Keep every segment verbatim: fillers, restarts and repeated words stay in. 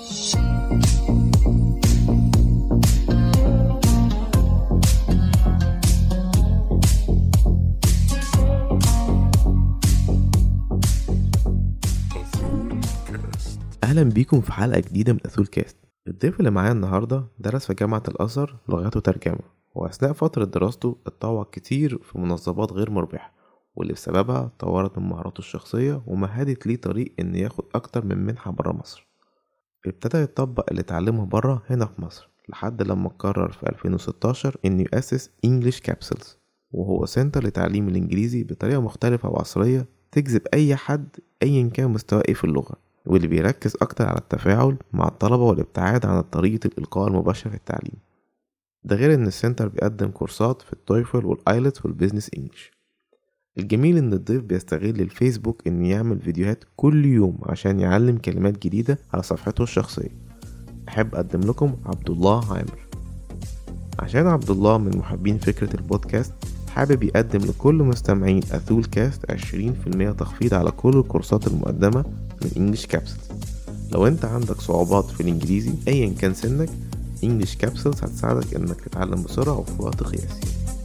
اهلا بيكم في حلقه جديده من اثول كاست. الضيف اللي معايا النهارده درس في جامعه الازهر لغات وترجمه، واثناء فتره دراسته اتطوع كتير في منظمات غير مربحه، واللي بسببها طورت من مهاراته الشخصيه ومهدت ليه طريق ان ياخد اكتر من منحه برا مصر. ابتدى يطبق اللي اتعلمه برا هنا في مصر لحد لما قرر في ألفين وستاشر انه يأسس انجليش كابسولز، وهو سنتر لتعليم الانجليزي بطريقه مختلفه وعصريه تجذب اي حد ايا كان مستواه ايه في اللغه، واللي بيركز اكتر على التفاعل مع الطلبة والابتعاد عن طريقة الالقاء المباشر في التعليم. ده غير ان السنتر بيقدم كورسات في التويفل والايلتس والبيزنس انجليش. الجميل ان الضيف بيستغل الفيسبوك ان يعمل فيديوهات كل يوم عشان يعلم كلمات جديدة على صفحته الشخصية. احب اقدم لكم عبد الله عامر. عشان عبد الله من محبين فكرة البودكاست، حابب يقدم لكل مستمعين اثول كاست عشرين في المية تخفيض على كل الكورسات المقدمة من انجليش كابسولز. لو انت عندك صعوبات في الانجليزي ايا كان سنك، انجليش كابسولز هتساعدك انك تتعلم بسرعة وفي وقت قياسي.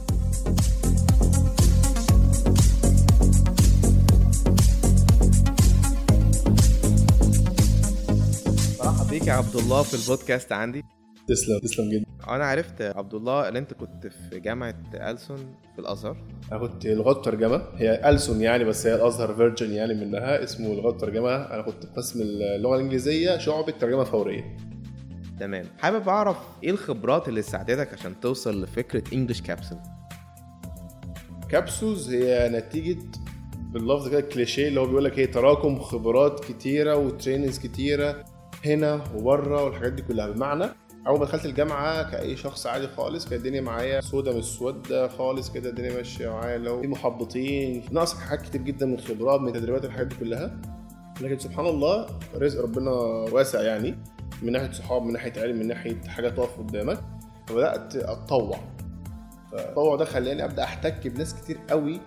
مرحبا بيك يا عبد الله في البودكاست عندي. تسلم تسلم جدا. انا عرفت عبد الله ان انت كنت في جامعة ألسن في الازهر. انا كنت لغات ترجمة، هي ألسن يعني بس هي الازهر فيرجن يعني منها، اسمه لغات ترجمة. انا كنت قسم اللغة الانجليزية شعبة ترجمة فورية. تمام. حابب اعرف ايه الخبرات اللي ساعدتك عشان توصل لفكرة انجليش كابسول؟ كابسولز هي نتيجة باللفظ كده كليشيه اللي هو بيقولك هي تراكم خبرات كتيرة وتريننجز كتيرة هنا وبره والحاجات دي كلها. بمعنى اول ما دخلت الجامعه كاي شخص عادي خالص، كانت الدنيا معايا سودا مش سودا خالص كده، الدنيا ماشيه معايا لو في محبطين، ناقصك حاجات كتير جدا من خبرات من تدريبات الحاجات دي كلها. لكن سبحان الله رزق ربنا واسع يعني، من ناحيه صحاب، من ناحيه علم، من ناحيه حاجه تقف قدامك. فبدات اتطوع، فالتطوع ده خلاني ابدا احتك بناس كتير قوي،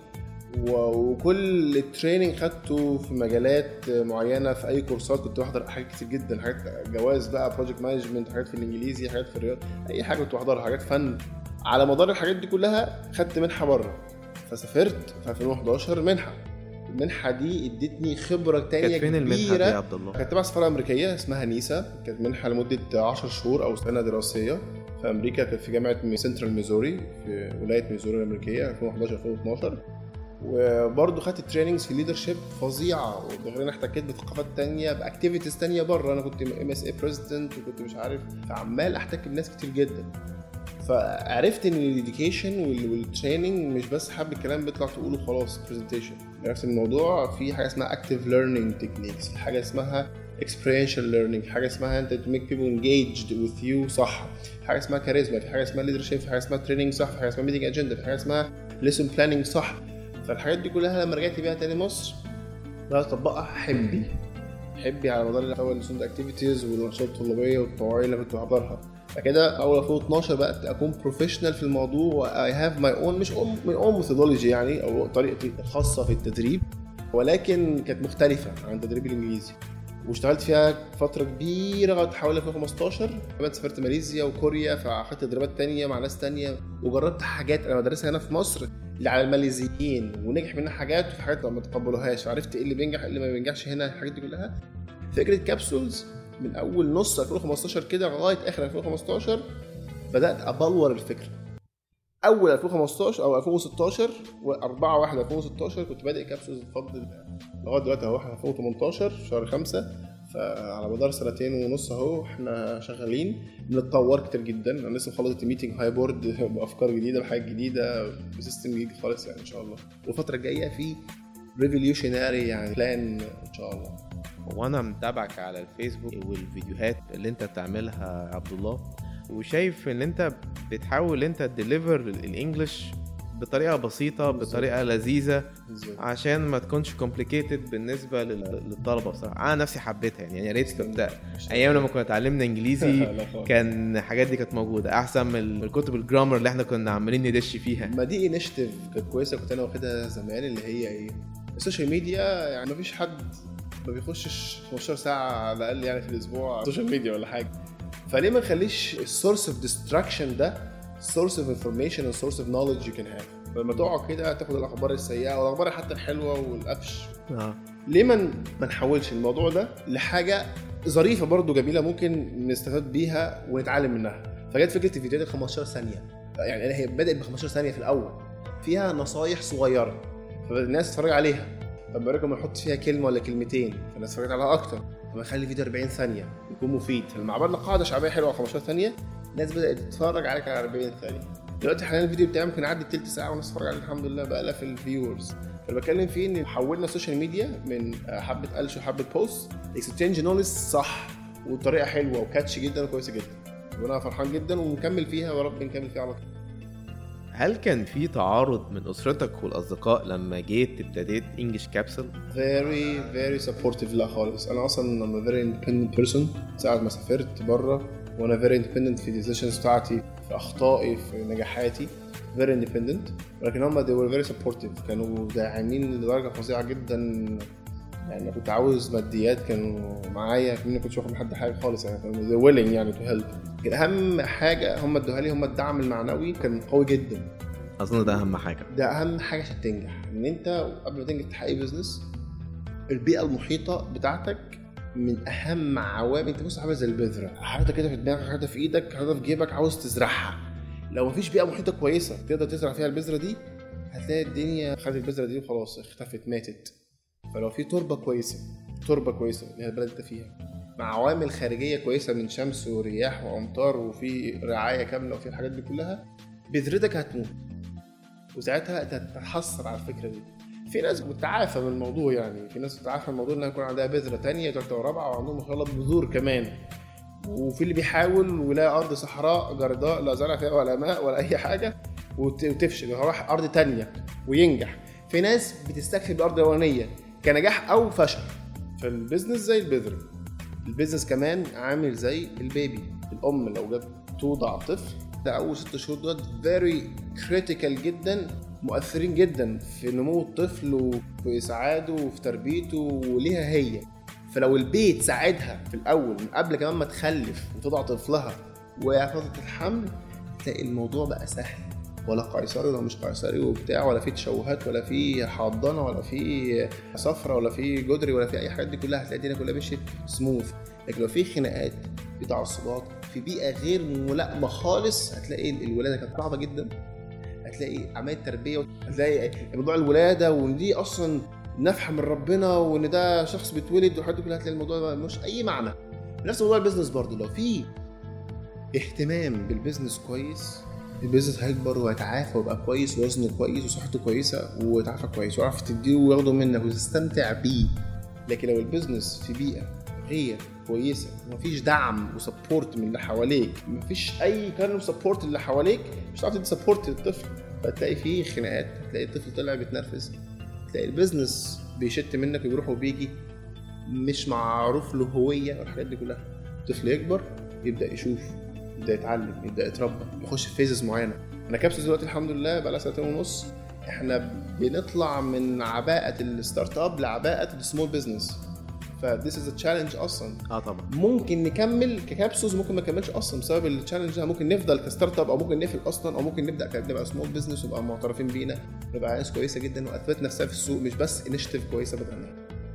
وكل تريننج خدته في مجالات معينه. في اي كورسات كنت بحضر حاجات كتير جدا، حاجات جواز بقى، بروجكت مانجمنت، حاجات في الانجليزي، حاجات في الرياضه، اي حاجه كنت بحضرها، حاجات فن. على مدار الحاجات دي كلها خدت منحه بره، فسافرت في ألفين وحداشر منحه. المنحه دي ادتني خبره تانية كبيره. كانت فين المنحه دي يا عبد الله؟ كانت تبع السفاره الامريكيه اسمها نيسا، كانت منحه لمده عشر شهور او سنه دراسيه في امريكا. كانت في جامعه سنترال ميزوري في ولايه ميزوري الامريكيه ألفين وحداشر ألفين واثناشر. وبرضه خدت تريننجز في الليدرشيب فظيعه، وده غير ان احتكيت بثقافات تانية، باكتيفيتيز تانية بره. انا كنت ام اس اي بريزيدنت وكنت مش عارف، فعمال احتك بناس كتير جدا. فعرفت ان الاديوكيشن والتريننج مش بس حب الكلام بيطلع تقوله خلاص برزنتيشن. عرفت ان الموضوع في حاجه اسمها اكتيف ليرنينج تكنيكس، في حاجه اسمها experiential learning، في حاجه اسمها انت to make people engaged with you صح، في حاجه اسمها كاريزما، في حاجه اسمها leadership، في حاجه اسمها training صح، في حاجه اسمها meeting agenda، في حاجه اسمها lesson planning صح. فالحاجات دي كلها لما رجعت بيها تاني مصر بدأت أطبقها حبي حبي على مدار الأول الستودنت اكتيفيتيز والأنشطة الطلابية والتوعية اللي كنت بحضرها. فكده أول ألفين واثناشر بقت أكون بروفيشنال في الموضوع. I have my own مش my own methodology يعني، أو طريقتي الخاصة في التدريب، ولكن كانت مختلفة عن التدريب الإنجليزي. واشتغلت فيها فترة كبيرة لغاية حوالي ألفين وخمستاشر. كمان سافرت ماليزيا وكوريا، فأخدت تدريبات تانية مع ناس تانية، وجربت حاجات أنا بدرسها هنا في مصر اللي على الماليزيين، ونجح منها حاجات وفي حاجات ما تقبلوهاش. فعرفت ايه اللي بينجح ايه اللي ما بينجحش هنا. الحاجات دي كلها فكره كابسولز من اول نص ألفين وخمستاشر كده لغايه اخر ألفين وخمستاشر بدات ابلور الفكره. اول ألفين وخمستاشر او ألفين وستاشر وأربعة واحد ألفين وستاشر كنت بادئ كابسولز بفضل لغايه دلوقتي اهو احنا ألفين وتمنتاشر شهر خمسة، فعلى مدار سنتين ونص اهو احنا شغالين بنتطور كتير جدا. انا لسه مخلص ميتنج هاي بورد بافكار جديده بحاجات جديده بسيستم جديد خالص يعني ان شاء الله. والفتره الجايه في ريفوليوشنري يعني بلان ان شاء الله. وانا متابعك على الفيسبوك والفيديوهات اللي انت بتعملها يا عبد الله، وشايف ان انت بتحاول انت تديليفر الانجليش بطريقه بسيطه بطريقه لذيذه عشان ما تكونش كومبليكيتد بالنسبه للطلبه. بصراحه انا نفسي حبيتها يعني، يا ريت تبدا ايام لما كنا اتعلمنا انجليزي كان الحاجات دي كانت موجوده احسن من الكتب الجرامر اللي احنا كنا عاملين ندش فيها. ما دي انيشيتيف كانت كويسه كنت انا واخدها زمان، اللي هي ايه السوشيال ميديا يعني. مفيش حد ما بيخشش خمستاشر ساعه على الاقل يعني في الاسبوع سوشيال ميديا ولا حاجه. فليه ما نخليش السورس اوف ديستراكشن ده سورس اوف انفورميشن اند سورس اوف نوليدج يو كان هاف. فلما تقعد كده تاخد الاخبار السيئه والاخبار حتى الحلوه والقفش اه ليه ما ما نحولش الموضوع ده لحاجه ظريفه برضو جميله ممكن نستفاد بيها ونتعلم منها. فجت فكره الفيديوهات ال خمستاشر ثانيه، يعني هي بدات ب خمستاشر ثانيه في الاول فيها نصايح صغيره فالناس تتفرج عليها. طب بركم نحط فيها كلمه ولا كلمتين فالناس تتفرج عليها اكتر. لما نخلي فيديو أربعين ثانيه يكون مفيد، فلما عملنا قاعده شعبيه حلوه خمستاشر ثانيه الناس بدات تتفرج عليك على أربعين ثانيه. دلوقتي حاليا الفيديو بتاعي ممكن يعدي تلت ساعه والناس تتفرج عليه الحمد لله بالاف الفيورز. فانا بتكلم فيه ان حولنا السوشيال ميديا من حبه قلش وحبه بوست اكستشينج نوليدج صح وطريقه حلوه وكاتش جدا وكويسه جدا، وانا فرحان جدا ونكمل فيها يا رب نكمل فيها على طول. هل كان في تعارض من اسرتك والاصدقاء لما جيت ابتديت انجلش كابسول؟ very very supportive. لا خالص، انا اصلا I'm a very independent person. ساعة ما سافرت بره وانا very independent في decisions بتاعتي، في اخطائي، في نجاحاتي، very independent. ولكن هم they were very supportive، كانوا داعمين لدرجة فظيعة جدا. يعني كنت عاوز ماديات كانوا معايا، كمان كنتش واخد من حد حاجة خالص، يعني كانوا they willing يعني to help. لكن اهم حاجة هم ادوها لي هم الدعم المعنوي كان قوي جدا. اظن ده اهم حاجة، ده اهم حاجة عشان تنجح. ان انت قبل ما تنجح تحقق بزنس، البيئة المحيطة بتاعتك من اهم عوامل. انت بص حاجه زي البذره، حاجه كده في دماغك، حاجه في ايدك، حاجه في جيبك، عاوز تزرعها. لو مفيش بيئه محيطه كويسه تقدر تزرع فيها البذره دي، هتلاقي الدنيا خدت البذره دي وخلاص اختفت ماتت. فلو في تربه كويسه، تربه كويسه اللي هي البلد انت فيها، مع عوامل خارجيه كويسه من شمس ورياح وامطار وفي رعايه كامله وفي الحاجات دي كلها، بذرتك هتموت وساعتها تتحسر على الفكره دي. في ناس بتعافى من الموضوع، يعني في ناس بتعافى من الموضوع انها يكون عندها بذره تانية ثالثه ورابعه وعندهم ما شاء الله بذور كمان، وفي اللي بيحاول ولا ارض صحراء جرداء لا زرع فيها ولا ماء ولا اي حاجه وتفشل يروح ارض تانية وينجح. في ناس بتستكفي بالارض الاولانيه كنجاح او فشل. فالبيزنس زي البذره، البيزنس كمان عامل زي البيبي. الام لو جت توضع طفل، ده اول ست شهور دول very critical جدا، مؤثرين جدا في نمو الطفل وفي سعاده وفي تربيته وليها هي. فلو البيت ساعدها في الاول من قبل كمان ما تخلف وتضع طفلها وفترة الحمل، تلاقي الموضوع بقى سهل، ولا قيصري ولا مش قيصري وبتاع، ولا في تشوهات ولا في حضانه ولا في صفرة ولا في جدري ولا في اي حاجه. دي كلها هتلاقي الدنيا كلها مشيت سموث. لكن لو في خناقات، في تعصبات، في بيئه غير ملائمه خالص، هتلاقي الولاده كانت صعبه جدا، هتلاقي عمليه تربيه، هتلاقي موضوع الولاده وان دي اصلا نفحه من ربنا وان ده شخص بيتولد والحاجات دي كلها، هتلاقي الموضوع مش اي معنى. نفس موضوع البيزنس برضو، لو في اهتمام بالبيزنس كويس، البيزنس هيكبر وهيتعافى ويبقى كويس ووزنه كويس وصحته كويسه ويتعافى كويس ويعرف تديه وياخده منك وتستمتع بيه. لكن لو البيزنس في بيئه غير كويسه ومفيش دعم وسبورت من اللي حواليك، مفيش اي كان سبورت اللي حواليك، مش هتعرف تدي سبورت للطفل. فتلاقي فيه خناقات، تلاقي الطفل طلع بيتنرفز، تلاقي البيزنس بيشت منك ويروح وبيجي، مش معروف له هويه والحاجات دي كلها. الطفل يكبر يبدا يشوف، يبدا يتعلم، يبدا يتربى، يخش في فيزز معينه. انا كابسول دلوقتي الحمد لله بقى لها سنتين ونص، احنا بنطلع من عباءه الستارت اب لعباءه السمول بزنس. فديس از تشالنج اصلا. اه طبعا ممكن نكمل ككابسولز، ممكن ما نكملش اصلا بسبب التشالنج ده. ممكن نفضل كستارت اب او ممكن نقفل اصلا، او ممكن نبدا كنبقى سمول بزنس ونبقى معترفين بينا، نبقى ناس كويسه جدا واثبت نفسها في السوق، مش بس انيشيتيف كويسه بدأنا.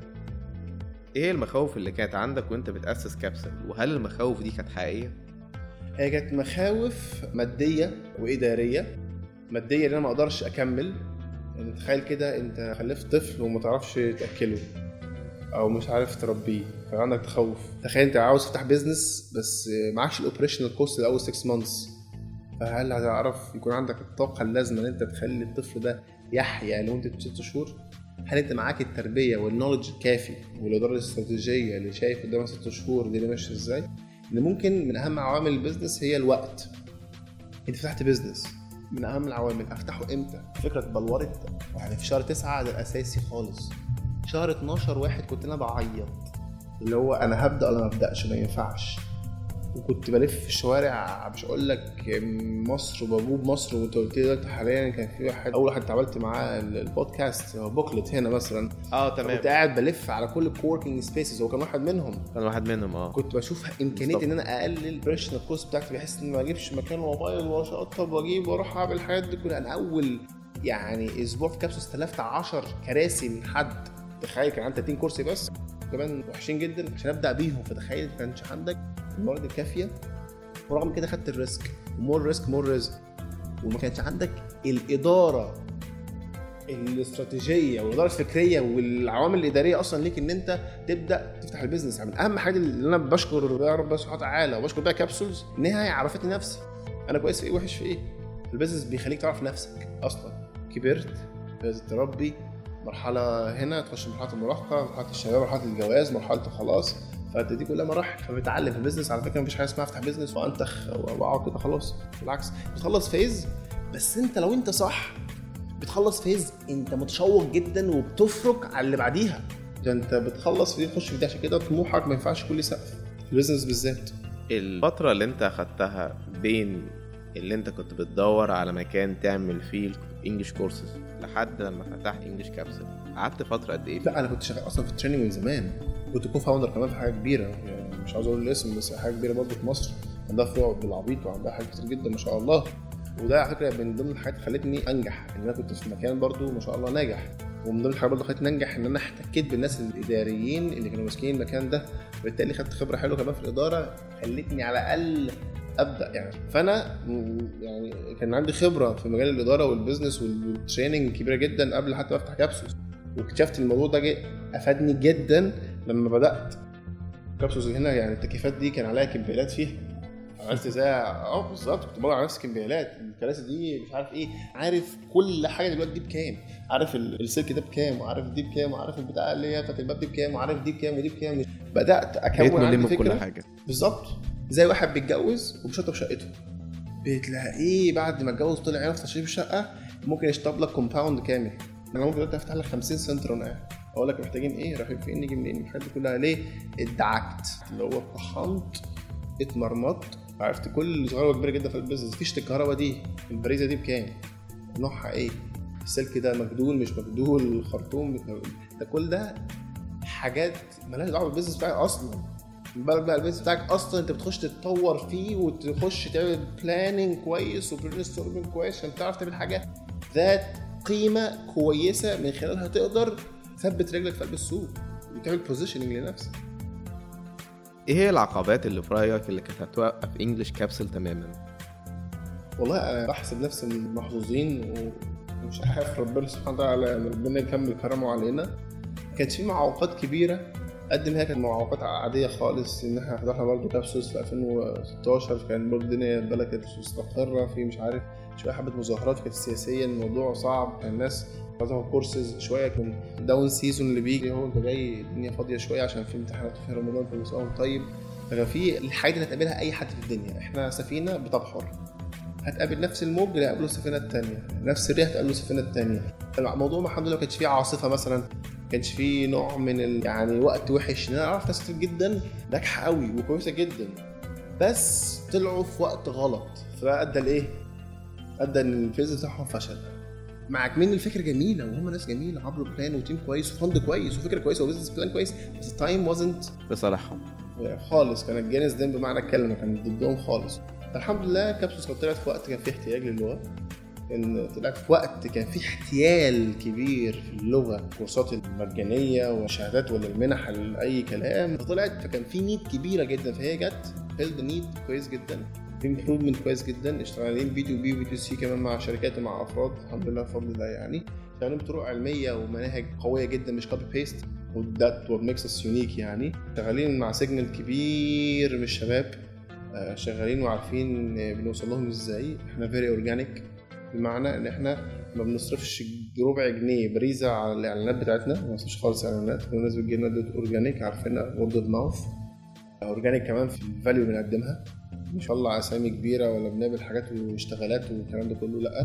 ايه المخاوف اللي كانت عندك وانت بتأسس كابسول، وهل المخاوف دي كانت حقيقيه؟ هي كانت مخاوف ماديه واداريه. ماديه ان انا ما اقدرش اكمل. يعني تخيل كده انت خلفت طفل وما تعرفش تاكله او مش عارف تربيه، فعندك تخوف. تخيل انت عاوز تفتح بيزنس بس معكش الاوبريشنال كوست الاول ستة مانثs، فهل هتعرف يكون عندك الطاقه اللازمه ان انت تخلي الطفل ده يحيا لمده ست شهور؟ هل انت معاك التربيه والنولج الكافي والاداره الاستراتيجيه اللي شايف قدامك ست شهور دي ماشيه ازاي؟ ان ممكن من اهم عوامل البيزنس هي الوقت. انت فتحت بيزنس، من اهم العوامل افتحه امتى. فكره بلورت يعني في شهر تسعة ده الاساسي خالص. شهر اتناشر واحد كنت انا بعيط، اللي هو انا هبدا ولا ما ابداش، ما ينفعش. وكنت بلف في الشوارع مش اقول لك مصر وبجوب مصر. وانت قلت لي دلوقتي حاليا كان في واحد اول واحد اتعاملت معاه البودكاست هو بوكلت هنا مثلا. اه تمام. كنت قاعد بلف على كل الكوركينج سبيسز، هو كان واحد منهم كان واحد منهم اه كنت بشوف امكانيه ان انا اقلل البريشنال كوست بتاعتي بحيث ان ما اجيبش مكان موبايل واشطب واجيب واروح اعمل الحاجات دي كلها. انا اول يعني اسبوع في كابسول استلفت عشر كراسي من حد، تخيل كان عندي ثلاثين كرسي بس كمان وحشين جدا عشان ابدا بيهم. فتخيل ما كانش عندك الموارد الكافيه، ورغم كده خدت الريسك، مور ريسك مور ريسك. وما كانش عندك الاداره الاستراتيجيه والاداره الفكريه والعوامل الاداريه اصلا ليك ان انت تبدا تفتح البيزنس. من اهم حاجه اللي انا بشكر يا رب سبحانه وتعالى وبشكر بيها كابسولز ان هي عرفتني نفسي انا كويس في ايه وحش في ايه. البيزنس بيخليك تعرف نفسك اصلا. كبرت لازم تربي مرحله هنا، تخش مرحله المراهقه، مرحله الشباب، مرحله الجواز، مرحله خلاص. فانت دي كلها مراحل. فبتعلم في البيزنس على فكره مفيش حاجه اسمها افتح بيزنس وانتخ واقعد كده خلاص. بالعكس بتخلص فيز، بس انت لو انت صح بتخلص فيز انت متشوق جدا وبتفرق على اللي بعديها. ده انت بتخلص فيه تخش في ده. عشان كده طموحك ما ينفعش كل سقف في البيزنس بالذات. الفتره اللي انت اخدتها بين اللي انت كنت بتدور على مكان تعمل فيه انجلش كورسز لحد لما فتحت انجلش كابسول، قعدت فتره قد ايه؟ لا انا كنت شغال اصلا في التريننج من زمان، كنت كو فاوندر كمان في حاجه كبيره، يعني مش عاوز اقول الاسم بس حاجه كبيره برضه في مصر عندها فروع بالعبيط وعندها حاجات كتير جدا ما شاء الله. وده على فكره من ضمن الحاجات اللي خلتني انجح، ان انا كنت في مكان برضه ما شاء الله ناجح. ومن ضمن الحاجات برضه خلتني انجح ان انا احتكيت بالناس الاداريين اللي كانوا ماسكين المكان ده، وبالتالي خدت خبره حلوه كمان في الاداره خلتني على الاقل ابدا يعني. فانا يعني كان عندي خبره في مجال الاداره والبيزنس والتريننج كبيره جدا قبل حتى ما افتح كابسول. واكتشفت الموضوع ده افادني جدا لما بدات كابسول هنا. يعني التكييفات دي كان عليها كمبيالات فيها، عرفت ازاي اه بالظبط. كنت بقى على نفس كمبيالات الكراسي دي مش عارف ايه، عارف كل حاجه دلوقتي دي بكام، عارف السلك ده بكام، وعارف دي بكام، وعارف البتاع اللي هي بتاعت الباب دي بكام، وعارف دي بكام ودي بكام. بدات اكون عندي فكره كل حاجه بالظبط. زي واحد بيتجوز وبيشطب شقته، بتلاقيه بعد ما اتجوز طلع عينه في تشطيب الشقه ممكن يشطب لك كومباوند كامل. انا ممكن دلوقتي افتح لك خمسين سنتر وانا قاعد اقول لك محتاجين ايه، رايحين فين، نيجي منين، الحاجات دي كلها. ليه؟ ادعكت اللي هو طحنت اتمرمطت، عرفت كل صغيره وكبيره جدا في البيزنس. فيشه الكهرباء دي البريزه دي بكام، نوعها ايه، السلك ده مجدول مش مجدول، الخرطوم ده، كل ده حاجات مالهاش دعوه بالبيزنس بتاعك اصلا. بالك بقى البيزنس بتاعك اصلا انت بتخش تتطور فيه وتخش تعمل بلاننج كويس وبرين ستورمنج كويس عشان تعرف تعمل حاجه ذات قيمه كويسه من خلالها تقدر تثبت رجلك في قلب السوق وتعمل بوزيشننج لنفسك. ايه هي العقبات اللي في رايك اللي كانت هتوقف انجلش كابسول تماما؟ والله انا بحسب نفسي من محظوظين ومش عارف ربنا سبحانه وتعالى ربنا يكمل كرمه علينا. كانت في معوقات كبيره قد ما هي كانت معوقات عاديه خالص. ان احنا فتحنا برضه كابسولز في ألفين وستاشر، كان برضه الدنيا البلد كانت مستقره في مش عارف شويه حبه مظاهرات كانت سياسيا الموضوع صعب، كان الناس فتحوا كورسز شويه، كان داون سيزون اللي بيجي هو انت جاي الدنيا فاضيه شويه عشان في امتحانات في رمضان في مساء طيب. فكان في الحاجات اللي هتقابلها اي حد في الدنيا. احنا سفينه بتبحر، هتقابل نفس الموج اللي هتقابله السفينه الثانيه، نفس الريح هتقابله السفينه الثانيه. الموضوع ما الحمد لله ما كانش فيه عاصفه مثلا، ما كانش فيه نوع من ال... يعني وقت وحش. انا اعرف ناس كتير جدا ناجحه قوي وكويسه جدا بس طلعوا في وقت غلط، فادى لايه؟ ادى ان الفيز بتاعهم فشل. مع كمان الفكره جميله وهم ناس جميله عملوا بلان وتيم كويس وفند كويس وفكره كويسه وبزنس بلان كويس، بس التايم وازنت بصراحه خالص. كان الجانس ده بمعنى الكلمه كان ضدهم خالص. الحمد لله كابسولز طلعت في وقت كان فيه احتياج للغه، ان طلعت في وقت كان فيه احتيال كبير في اللغه، كورسات المجانيه والشهادات ولا المنح لاي كلام طلعت، فكان في نيد كبيره جدا. فهي جت فيلد نيد كويس جدا، في امبروفمنت كويس جدا. اشتغالين بي تو بي وبي تو سي كمان مع شركات ومع افراد الحمد لله بفضل الله. يعني شغالين بطرق علميه ومناهج قويه جدا مش كوبي بيست، وذات وات ميكس اس يونيك. يعني شغالين مع سيجنال كبير من الشباب، شغالين وعارفين بنوصل لهم ازاي. احنا فيري اورجانيك بمعنى ان احنا ما بنصرفش ربع جنيه بريزه على الاعلانات بتاعتنا، ما بنصرفش خالص اعلانات. كل الناس بتجي لنا دوت اورجانيك، عارفين وورد اوف ماوث اورجانيك كمان في الفاليو بنقدمها. ان شاء الله اسامي كبيره ولا بنعمل حاجات واشتغالات والكلام ده كله، لا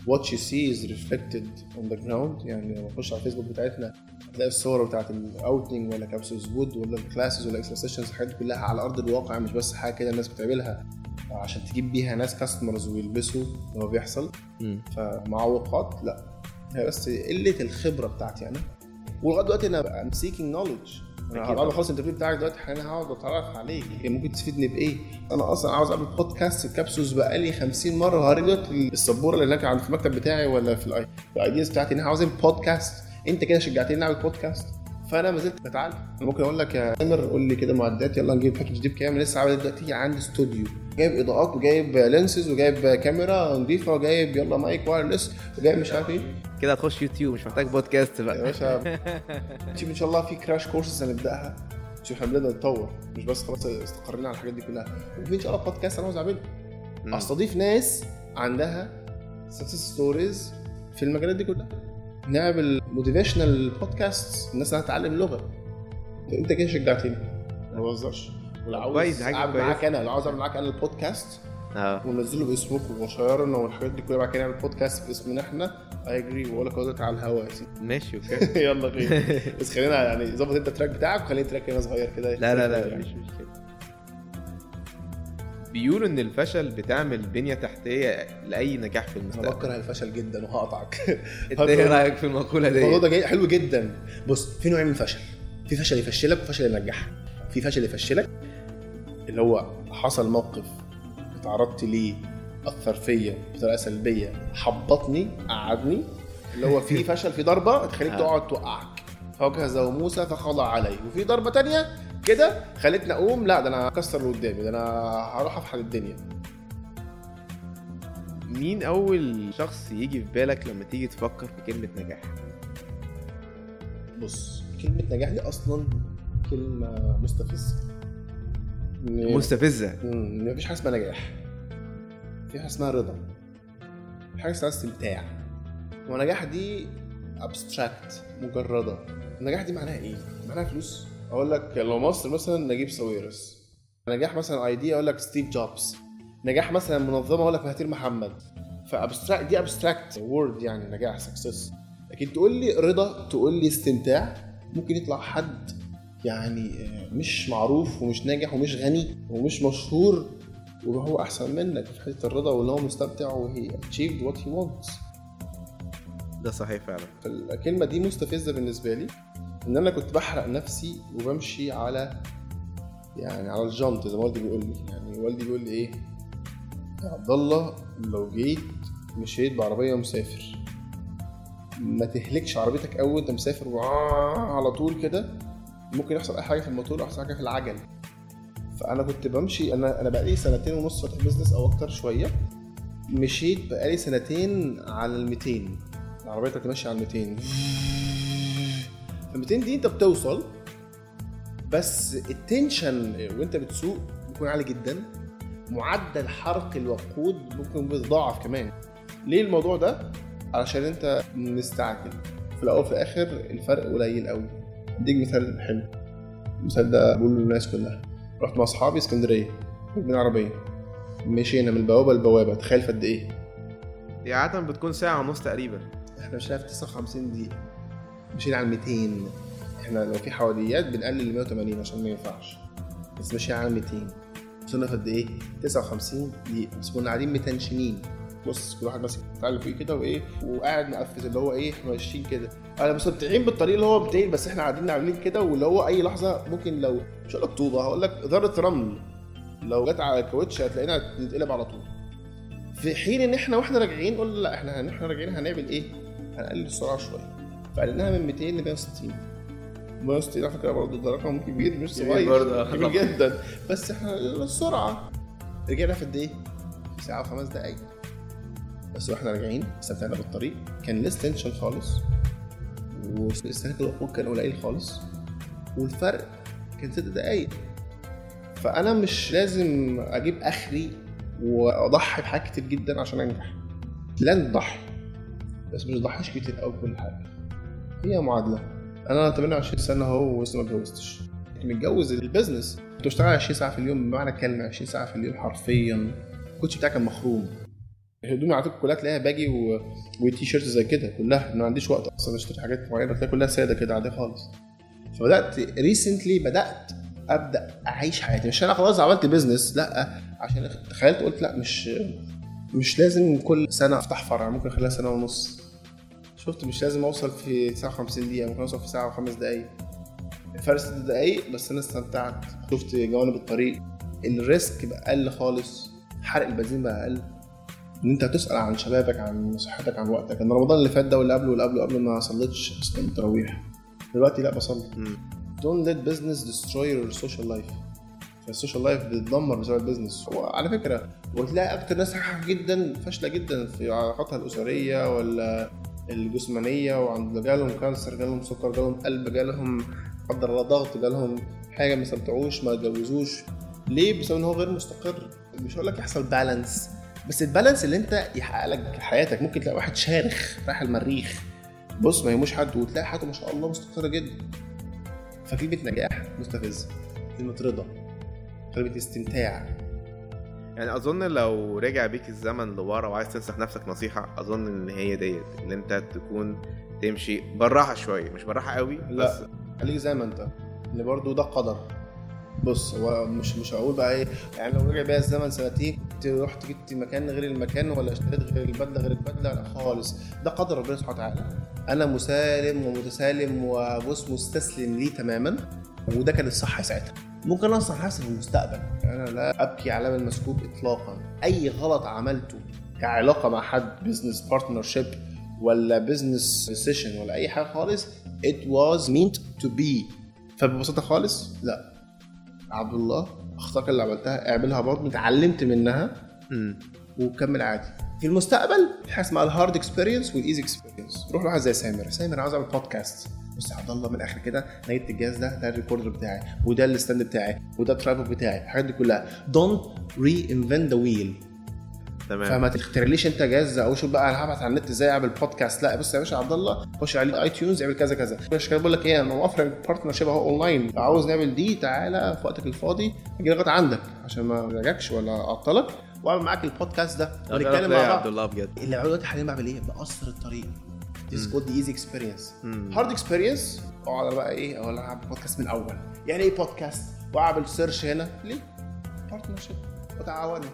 what you see is reflected on the ground. يعني لما تخش على الفيسبوك بتاعتنا هتلاقي الصور بتاعت الاوتنج ولا كابسولز وود ولا الكلاسز ولا اكسترا سيشنز، الحاجات دي كلها على ارض الواقع، مش بس حاجه كده الناس بتعملها عشان تجيب بيها ناس كاستمرز ويلبسوا لما بيحصل. فمعوقات لا، هي بس قله الخبره بتاعتي انا. ولغايه دلوقتي انا ام سيكينج نوليدج. انا بعد ما اخلص الانترفيو بتاعك دلوقتي انا هقعد اتعرف عليك، ممكن تفيدني بايه. انا اصلا عاوز اعمل بودكاست الكابسولز بقالي خمسين مره، هوريك دلوقتي السبوره اللي هناك عند في المكتب بتاعي ولا في الاي الايدياز بتاعتي انا عاوز اعمل بودكاست. انت كده شجعتني اعمل بودكاست، فانا ما زلت بتعلم. انا ممكن اقول لك يا عمر قول لي كده معدات، يلا نجيب باكج دي بكام. لسه عامل دلوقتي عندي استوديو جايب اضاءات وجايب لينسز وجايب كاميرا نظيفه وجايب يلا مايك وايرلس وجايب مش عارف ايه. كده هتخش يوتيوب مش محتاج بودكاست بقى يا باشا. ان شاء الله في كراش كورسز هنبداها، مش احنا بدنا نتطور، مش بس خلاص استقرينا على الحاجات دي كلها. وفي ان شاء الله بودكاست انا عاوز اعمله، استضيف ناس عندها سكسس ستوريز في المجالات دي كلها، نعمل موتيفيشنال بودكاست الناس هتتعلم لغه. انت كده شجعتني ما بهزرش. ولو عاوز اعمل معاك انا لو عاوز اعمل معاك انا البودكاست اه وننزله باسمك وشيرنا والحاجات دي كلها، بعد كده نعمل بودكاست باسمنا احنا اي اجري واقول لك اقعد على الهوا يا سيدي. ماشي اوكي يلا خير. بس خلينا يعني ظبط انت التراك بتاعك وخلينا تراك هنا صغير كده. لا لا لا يعني. مش مش كده. بيقولوا ان الفشل بتعمل بنية تحتية لاي نجاح في المستقبل. انا بكره الفشل جدا وهقطعك. انت ايه رايك في المقولة دي؟ الموضوع ده جاي حلو جدا. بص، في نوعين من الفشل، في فشل يفشلك وفشل ينجحك. في فشل يفشلك اللي هو حصل موقف اتعرضت ليه اثر فيا بطريقه سلبيه حبطني قعدني، اللي هو في فشل في ضربه تخليك تقعد توقعك فوجه موسى فخضع علي، وفي ضربه تانية كده خلتني اقوم لا ده انا هكسر اللي قدامي، ده انا هروح افحل الدنيا. مين اول شخص يجي في بالك لما تيجي تفكر في كلمه نجاح؟ بص، كلمه نجاح دي اصلا كلمه مستفزه مستفزه امم مفيش حاجه اسمها نجاح، في حاجه اسمها رضا، في حاجه اسمها استمتاع. ونجاح دي ابستراكت مجرده. النجاح دي معناها ايه؟ معناها فلوس. اقول لك لو مصر مثلا نجيب ساويرس. نجاح مثلا ايديا اقول لك ستيف جوبز. نجاح مثلا منظمه اقول لك مهاتير محمد. فابستراكت دي ابستراكت وورد يعني نجاح سكسس. لكن تقول لي رضا، تقول لي استمتاع، ممكن يطلع حد يعني مش معروف ومش ناجح ومش غني ومش مشهور وهو احسن منك في حته الرضا، واللي هو مستمتع وهي achieved what he wants. ده صحيح فعلا. فالكلمه دي مستفزه بالنسبه لي، ان انا كنت بحرق نفسي وبمشي على يعني على الجنط زي ما والدي بيقول لي. يعني والدي بيقول لي ايه يا عبد الله، لو جيت مشيت بعربيه مسافر ما تهلكش عربيتك اول انت مسافر على طول كده، ممكن يحصل اي حاجه في الموتور او يحصل حاجه في العجل. فانا كنت بمشي، انا انا بقالي سنتين ونص فاتح بيزنس او اكتر شويه، مشيت بقالي سنتين على الميتين، العربيه كانت ماشيه على الميتين. الميتين دي انت بتوصل بس التنشن وانت بتسوق بيكون عالي جدا، معدل حرق الوقود ممكن بيتضاعف كمان. ليه الموضوع ده؟ علشان انت مستعجل. في الاول في الاخر الفرق قليل قوي. اديك مثال حلو، المثال ده بقوله للناس كلها. رحت مع اصحابي اسكندريه من عربيه، مشينا من البوابه للبوابه، تخيل قد ايه؟ دي عاده بتكون ساعه ونص تقريبا. احنا مشينا في تسعة وخمسين دقيقه، مشينا على ميتين. احنا لو في حواديات بنقلل ل مية وتمانين عشان ما ينفعش، بس مشينا على ميتين. وصلنا في قد ايه؟ تسعة وخمسين دقيقه، بس كنا قاعدين متنشنين. بص كل واحد ماسك تعالى فوق كده وايه وقاعد مقفز اللي هو ايه احنا ماشيين كده، انا مستمتعين بالطريق اللي هو بتاعي، بس احنا قاعدين عاملين كده، واللي هو اي لحظه ممكن لو مش هقول لك طوبه، هقول لك ذره رمل لو جت على الكاوتش هتلاقينا نتقلب على طول. في حين ان احنا واحنا راجعين قلنا لا احنا احنا راجعين هنعمل ايه؟ هنقلل السرعه شويه، فقلناها من ميتين ل مية وستين. مية وستين على فكره برضه ده رقم كبير مش صغير، كبير جدا، بس احنا السرعه رجعنا في قد ايه؟ في ساعه وخمس دقائق بس. واحنا راجعين استمتعنا بالطريق، كان لسه تنشن خالص واستهلاك الوقود كان قليل خالص، والفرق كان ست دقايق. فانا مش لازم اجيب اخري واضحي بحاجات كتير جدا عشان انجح. لن تضحي بس مش ضحيش كتير قوي كل حاجه، هي معادله. انا تمانية وعشرين سنه اهو ولسه ما اتجوزتش، متجوز البيزنس، كنت بشتغل عشرين ساعه في اليوم بمعنى الكلمه، عشرين ساعه في اليوم حرفيا. الكوتش بتاعي كان مخروم، هدومي على فكره كلها تلاقيها باجي و... وتي شيرت زي كده كلها، ما عنديش وقت اصلا اشتري حاجات معينه، تلاقيها كلها ساده كده عاديه خالص. فبدات ريسنتلي بدات ابدا اعيش حياتي، مش انا خلاص عملت بيزنس، لا عشان تخيلت قلت لا مش مش لازم كل سنه افتح فرع، ممكن اخليها سنه ونص. شفت مش لازم اوصل في ساعه وخمسين دقيقه، ممكن اوصل في ساعه وخمس دقائق، فرق ست دقايق بس انا استمتعت. شفت جوانب الطريق، الريسك بقى اقل خالص، حرق البنزين بقى اقل، ان انت تسال عن شبابك، عن صحتك، عن وقتك. انا رمضان اللي فات ده واللي قبله واللي قبله قبل ما صليتش اصلا التراويح، دلوقتي لا بصلي. don't let business destroy your social life. فالسوشيال لايف بتدمر بسبب البيزنس. وعلى فكره وتلاقي اكتر ناس ناجحه جدا فاشله جدا في علاقاتها الاسريه ولا الجسمانيه، وعند جالهم كانسر، جالهم سكر، جالهم قلب، جالهم قدر الله ضغط، جالهم حاجه ما استمتعوش، ما اتجوزوش. ليه؟ بسبب ان هو غير مستقر. مش هقول لك يحصل بالانس، بس البالانس اللي انت يحقق لك حياتك. ممكن تلاقي واحد شارخ رايح المريخ بص ما يهموش حد، وتلاقي حياته ما شاء الله مستقره جدا. فكلمه نجاح مستفزه، كلمه رضا، كلمه استمتاع. يعني اظن لو رجع بيك الزمن لورا وعايز تنصح نفسك نصيحه، اظن ان هي ديت ان انت تكون تمشي بالراحه شويه، مش بالراحه قوي، بس خليك زي ما انت، اللي برضو ده قدر. بص هو مش مش هقول بقى ايه يعني لو رجع بيا الزمن سنتين رحت جبت مكان غير المكان ولا اشتريت غير البدله غير البدله، لا خالص، ده قدر ربنا سبحانه وتعالى. انا مسالم ومتسالم وبص مستسلم ليه تماما، وده كان الصح ساعتها. ممكن انصح نفسي في المستقبل، انا لا ابكي على المسكوب اطلاقا. اي غلط عملته كعلاقه مع حد، بزنس بارتنرشيب ولا بزنس سيشن ولا اي حاجه خالص، it was meant to be. فببساطه خالص لا عبد الله، اخطاء اللي عملتها اعملها برضه، اتعلمت منها امم وكمل عادي. في المستقبل في حاجه اسمها الهارد اكسبيرينس والايزي اكسبيرينس. روح لواحد زي سامر، سامر عاوز اعمل بودكاست، بص يا عبد الله من الاخر كده، نجيت الجهاز ده، ده الريكوردر بتاعي، وده الستاند بتاعي، وده الترايبود بتاعي، الحاجات دي كلها don't reinvent the wheel. تمام. فما تخترعليش انت جهاز او شوف بقى انا هبعت على النت ازاي اعمل بودكاست. لا بص يا باشا عبد الله، خش على اي تيونز اعمل كذا كذا. مش كده بقول لك ايه، انا موفر بارتنرشيب اهو اونلاين، لو عاوز نعمل دي تعالى في وقتك الفاضي اجي لغايه عندك عشان ما ارجعكش ولا اعطلك، واعمل معاك البودكاست ده ونتكلم مع بعض. عبد الله بجد اللي عملوه دلوقتي حاليا بعمل ايه؟ بقصر الطريق. This is called the easy experience. hard experience اقعد بقى ايه اقول اعمل بودكاست من الاول. يعني ايه بودكاست؟ واعمل سيرش هنا ليه؟ بارتنرشيب وتعاونوا.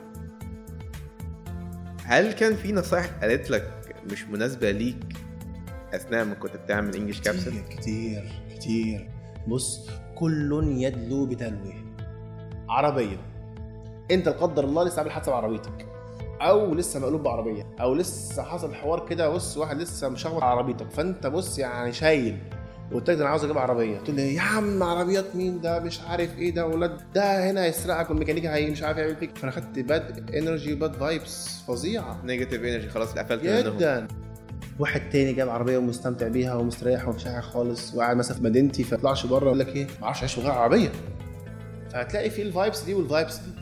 هل كان في نصائح قالت لك مش مناسبه ليك اثناء ما كنت بتعمل انجلش كابسول؟ كتير كتير. بص كل يدلو بتلوه. عربيه انت القدر الله لسه عامل حادثه بعربيتك، او لسه مقلوب بعربيه، او لسه حصل حوار كده، بص واحد لسه مشغل عربيتك، فانت بص يعني شايل وقلت لك انا عاوز اجيب عربيه، تقول لي يا عم عربيات مين ده مش عارف ايه ده، ولاد ده هنا هيسرقك والميكانيكي هي مش عارف يعمل فيك. فانا خدت باد انرجي وباد فايبس فظيعه، نيجاتيف انرجي، خلاص قفلت منهم جدا. واحد تاني جاب عربيه ومستمتع بيها ومستريح ومفيش حاجه خالص، وقاعد مثلا في مدينتي فطلعش بره يقول لك ايه ما اعرفش اعيش من غير عربيه. فهتلاقي فيه الفايبس دي والفايبس دي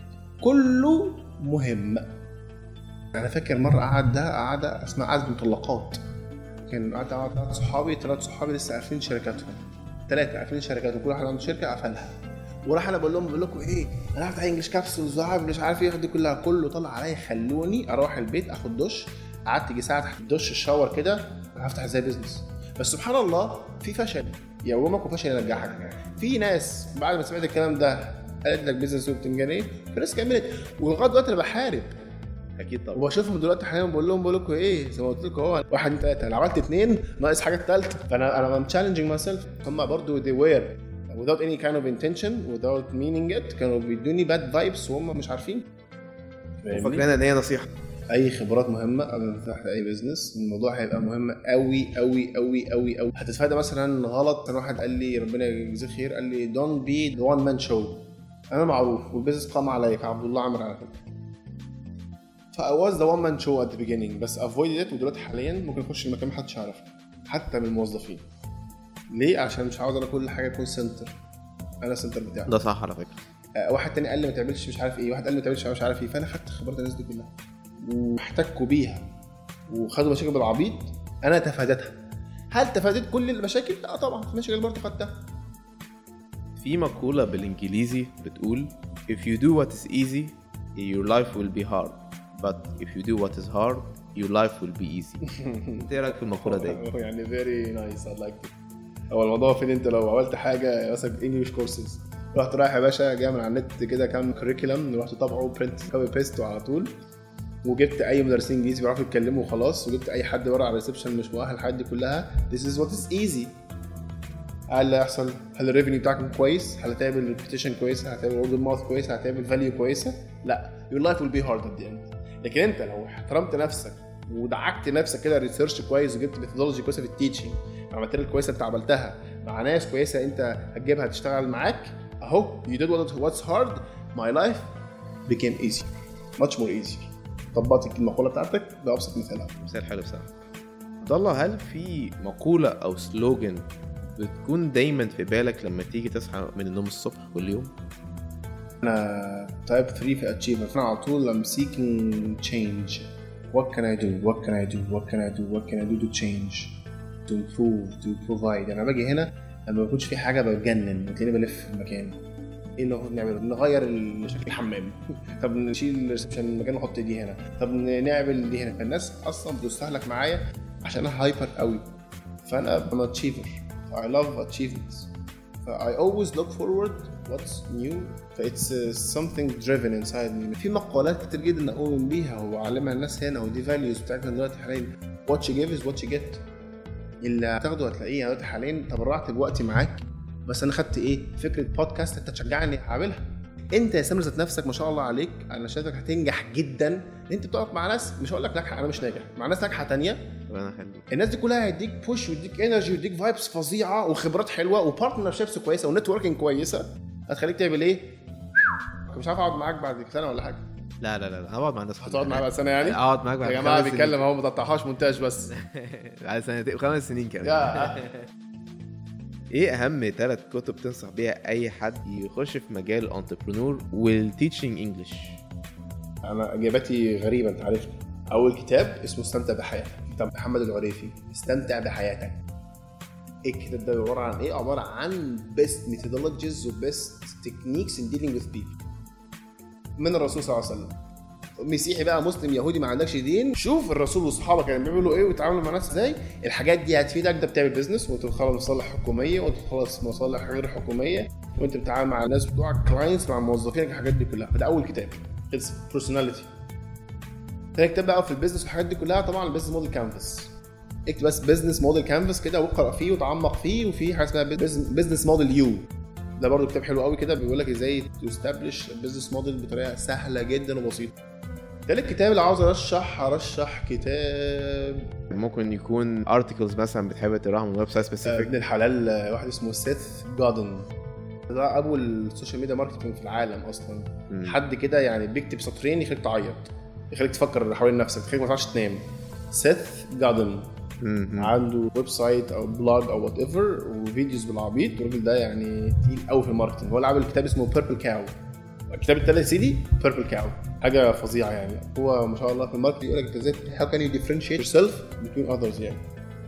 كله مهم. انا فاكر مره قعد ده قعده اسمها قعده مطلقات، كان قعدت مع ثلاث صحابي ثلاث صحابي لسه عارفين شركاتهم، ثلاثه عارفين شركاتهم، كل واحد عنده شركه قفلها، وراح انا بقول لهم بقول لكم ايه انا هفتح انجلش كابسولز وهعمل مش عارف ايه دي كلها، كله طلع عليا خلوني اروح البيت اخد دش. قعدت يجي ساعه تحت الدش الشاور كده هفتح ازاي بيزنس. بس سبحان الله في فشل يومك وفشل ينجحك. في ناس بعد ما سمعت الكلام ده قالت لك بيزنس وبتنجان ايه، في ناس كملت، ولغايه دلوقتي انا بحارب اكيد طبعا، وبشوفهم دلوقتي حاليا بقول لهم بقول لكم ايه زي ما قلت لكم اهو واحد اتنين تلاته، انا عملت اتنين ناقص حاجه ثالثه. فانا انا ام تشالنجينج ماي سيلف. هم برضو they were without any kind of intention without meaning it كانوا بيدوني bad vibes وهم مش عارفين. فاكرين ان هي نصيحه. اي خبرات مهمه قبل ما تفتح اي بزنس، الموضوع هيبقى مهم قوي قوي قوي قوي قوي. هتتفادى مثلا غلط. كان واحد قال لي ربنا يجزيه خير قال لي don't be the one man show. انا معروف والبيزنس قام عليا كعبد الله عمر على فكره، ف I was the one man show at the beginning، بس avoided it. ودلوقتي حاليا ممكن اخش المكان محدش يعرف حتى من الموظفين. ليه؟ عشان مش عاوز انا كل حاجه تكون سنتر، انا سنتر بتاعي. ده صح على فكره. أه واحد تاني قال لي ما تعملش مش عارف ايه، واحد قال لي ما تعملش مش عارف ايه. فانا خدت خبرات الناس دي كلها واحتكوا بيها وخدوا مشاكل بالعبيط، انا تفادتها. هل تفادت كل المشاكل؟ لا طبعا، في مشاكل برضه خدتها. في مقوله بالانجليزي بتقول if you do what is easy your life will be hard but if you do what is hard your life will be easy. ايه رايك في المقوله دي؟ يعني very nice I like it. هو الموضوع فين انت لو عملت حاجه مثلا انجلش كورسز رحت رايح يا باشا جاي من على النت كده كام كوريكولم رحت طبعه برنت كوبي بيست على طول وجبت اي مدرسين انجليزي بيعرفوا يتكلموا وخلاص وجبت اي حد ورا على الريسبشن مش مؤهل الحاجات دي كلها this is what is easy. هل اللي يحصل؟ هل الريفينيو بتاعك كويس؟ هل هتعمل ريبيتيشن كويسه؟ هتعمل وورد اوف ماوث كويسه؟ هتعمل فاليو كويسه؟ لا your life will be hard at the end. لكن انت لو احترمت نفسك ودعكت نفسك كده ريسيرش كويس وجبت ميثودولوجي كويسه في التيتشنج مع ماتيريال كويسه انت عملتها مع ناس كويسه انت هتجيبها تشتغل معاك اهو you did what's hard my life became easy much more easy. طبقت المقوله بتاعتك ده ابسط مثال. مثال حلو بصراحه. عبد الله هل في مقوله او سلوجن بتكون دايما في بالك لما تيجي تصحى من النوم الصبح كل يوم؟ انا تايب ثلاثة في اتشيفر فانا على طول I'm seeking change. what can I do what can I do what can I do what can I do to change to improve to provide. انا باجي هنا لما بكونش في حاجه بتجنن وتلاقيني بلف في المكان ايه اللي المفروض نعمله؟ نغير شكل الحمام طب نشيل الريسبشن المكان نحط دي هنا طب نعمل دي هنا. الناس اصلا بتستهلك معايا عشان انا هايبر قوي فانا I'm achiever I love achievements I always look forward what's new it's uh, something driven inside me. في مقولات كتير جدا اؤمن بيها واعلمها الناس هنا ودي values بتاعتنا دلوقتي حاليا what you give is what you get. اللي هتاخده هتلاقيه دلوقتي حاليا تبرعت بوقتي معاك بس انا خدت ايه فكره بودكاست انت تشجعني اعملها. انت يا سامر ذات نفسك ما شاء الله عليك انا شايفك هتنجح جدا. انت بتقف مع ناس مش هقول لك ناجحه انا مش ناجح مع ناس ناجحه تانية ربنا يخليك. الناس دي كلها هيديك بوش ويديك انرجي ويديك فايبس فظيعه وخبرات حلوه وبارتنر شيبس كويسه ونتوركينج كويسه هتخليك تعمل ايه. مش عارف اقعد معاك بعد سنه ولا حاجه. لا لا لا انا هقعد مع الناس. هتقعد معايا بعد سنه يعني؟ اقعد معاك بعد يا جماعه بيتكلم اهو ما تقطعهاش مونتاج بس. على سنتين وخمس سنين كمان. ايه اهم ثلاث كتب تنصح بيها اي حد يخش في مجال الانتربرنور والتيتشنج انجلش؟ انا اجابتي غريبه انت عارف. اول كتاب اسمه استمتع بحياتك كتاب محمد العريفي. استمتع بحياتك. ايه الكتاب ده عباره عن ايه؟ عباره عن best methodologies و best techniques in dealing with people من الرسول صلى الله عليه وسلم. مسيحي بقى مسلم يهودي ما عندكش دين شوف الرسول واصحابه كانوا بيعملوا ايه ويتعاملوا مع الناس ازاي. الحاجات دي هتفيدك. ده بتعمل بيزنس وانت بتخلص مصالح حكوميه وانت بتخلص مصالح غير حكوميه وانت بتتعامل مع الناس بتوعك كلاينتس مع موظفينك الحاجات دي كلها. فده اول كتاب اتس بيرسوناليتي. تاني كتاب بقى في البيزنس والحاجات دي كلها طبعا البيزنس موديل كانفاس. اكتب بس بيزنس موديل كانفاس كده واقرا فيه وتعمق فيه. وفي حاجه اسمها بيزنس موديل يو ده برضو كتاب حلو قوي كده بيقول لك ازاي تستابلش البيزنس موديل بطريقه سهله جدا وبسيطه. تالت كتاب اللي عاوز ارشح ارشح كتاب ممكن يكون ارتكلز مثلا بتحب تقراها من ويب سايت سبيسيفيك. ابن الحلال واحد اسمه سيث جودن ده ابو السوشيال ميديا ماركتنج في العالم اصلا. م. حد كده يعني بيكتب سطرين يخليك تعيط يخليك تفكر حوالين نفسك يخليك ما تعرفش تنام. سيث جودن عنده ويب سايت او بلوج او وات ايفر وفيديوز بالعبيط. الراجل ده يعني تقيل قوي في الماركتنج. هو اللي عامل كتاب اسمه بيربل كاو. الكتاب الثالث سيدي بيربل كاو حاجه فظيعه يعني. هو ما شاء الله في الماركت يقول لك ازاي how can you differentiate yourself between others يعني.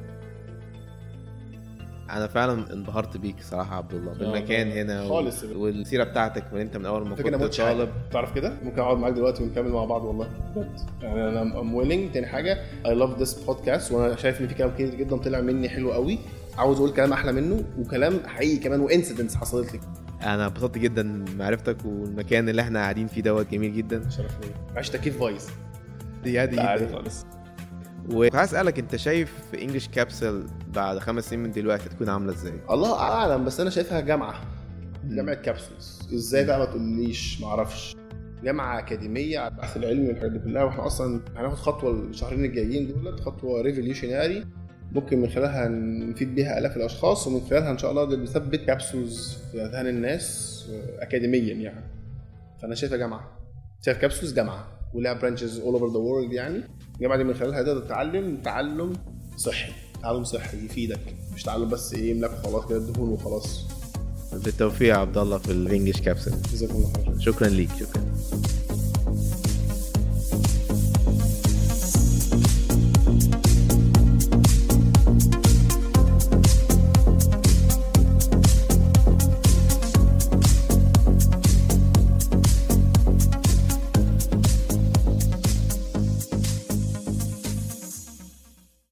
انا فعلا انبهرت بيك صراحه عبد الله بالمكان هنا خالص و... والسيره بتاعتك من انت من اول ما كنت طالب تعرف كده. ممكن اقعد معاك دلوقتي ونكمل مع بعض والله بجد يعني. انا ام ويلينج. تاني حاجه I love this podcast وانا شايف ان في كلام كتير جدا طلع مني حلو قوي. عاوز اقول كلام احلى منه وكلام حقيقي كمان وانسيدنتس حصلت لي. انا انبسطت جدا معرفتك والمكان اللي احنا قاعدين فيه دوت جميل جدا. شرف لي. عشت كيف فويس دي عادي جدا خالص. وعايز اسالك انت شايف انجلش كابسول بعد خمس سنين من دلوقتي تكون عامله ازاي؟ الله اعلم بس انا شايفها جامعه جامعه كابسولز. ازاي بقى ما تقوليش ما اعرفش. جامعه اكاديميه على البحث العلمي والحاجات دي كلها. واحنا اصلا هناخد خطوه الشهرين الجايين دول خطوه ريفوليوشنري ممكن من خلالها نفيد بيها الاف الاشخاص ومن خلالها ان شاء الله نثبت كابسولز في اذهان الناس اكاديميا يعني. فانا شايفها جامعه. شايف كابسولز جامعه ولها برانشز اول اوفر ذا وورلد يعني. الجامعه دي من خلالها تقدر تتعلم تعلم صحي. تعلم صحي يفيدك مش تعلم بس ايه يملك خلاص كده دهون وخلاص. بالتوفيق يا عبد الله في الانجلش كابسول. جزاك الله خير. شكرا ليك. شكرا.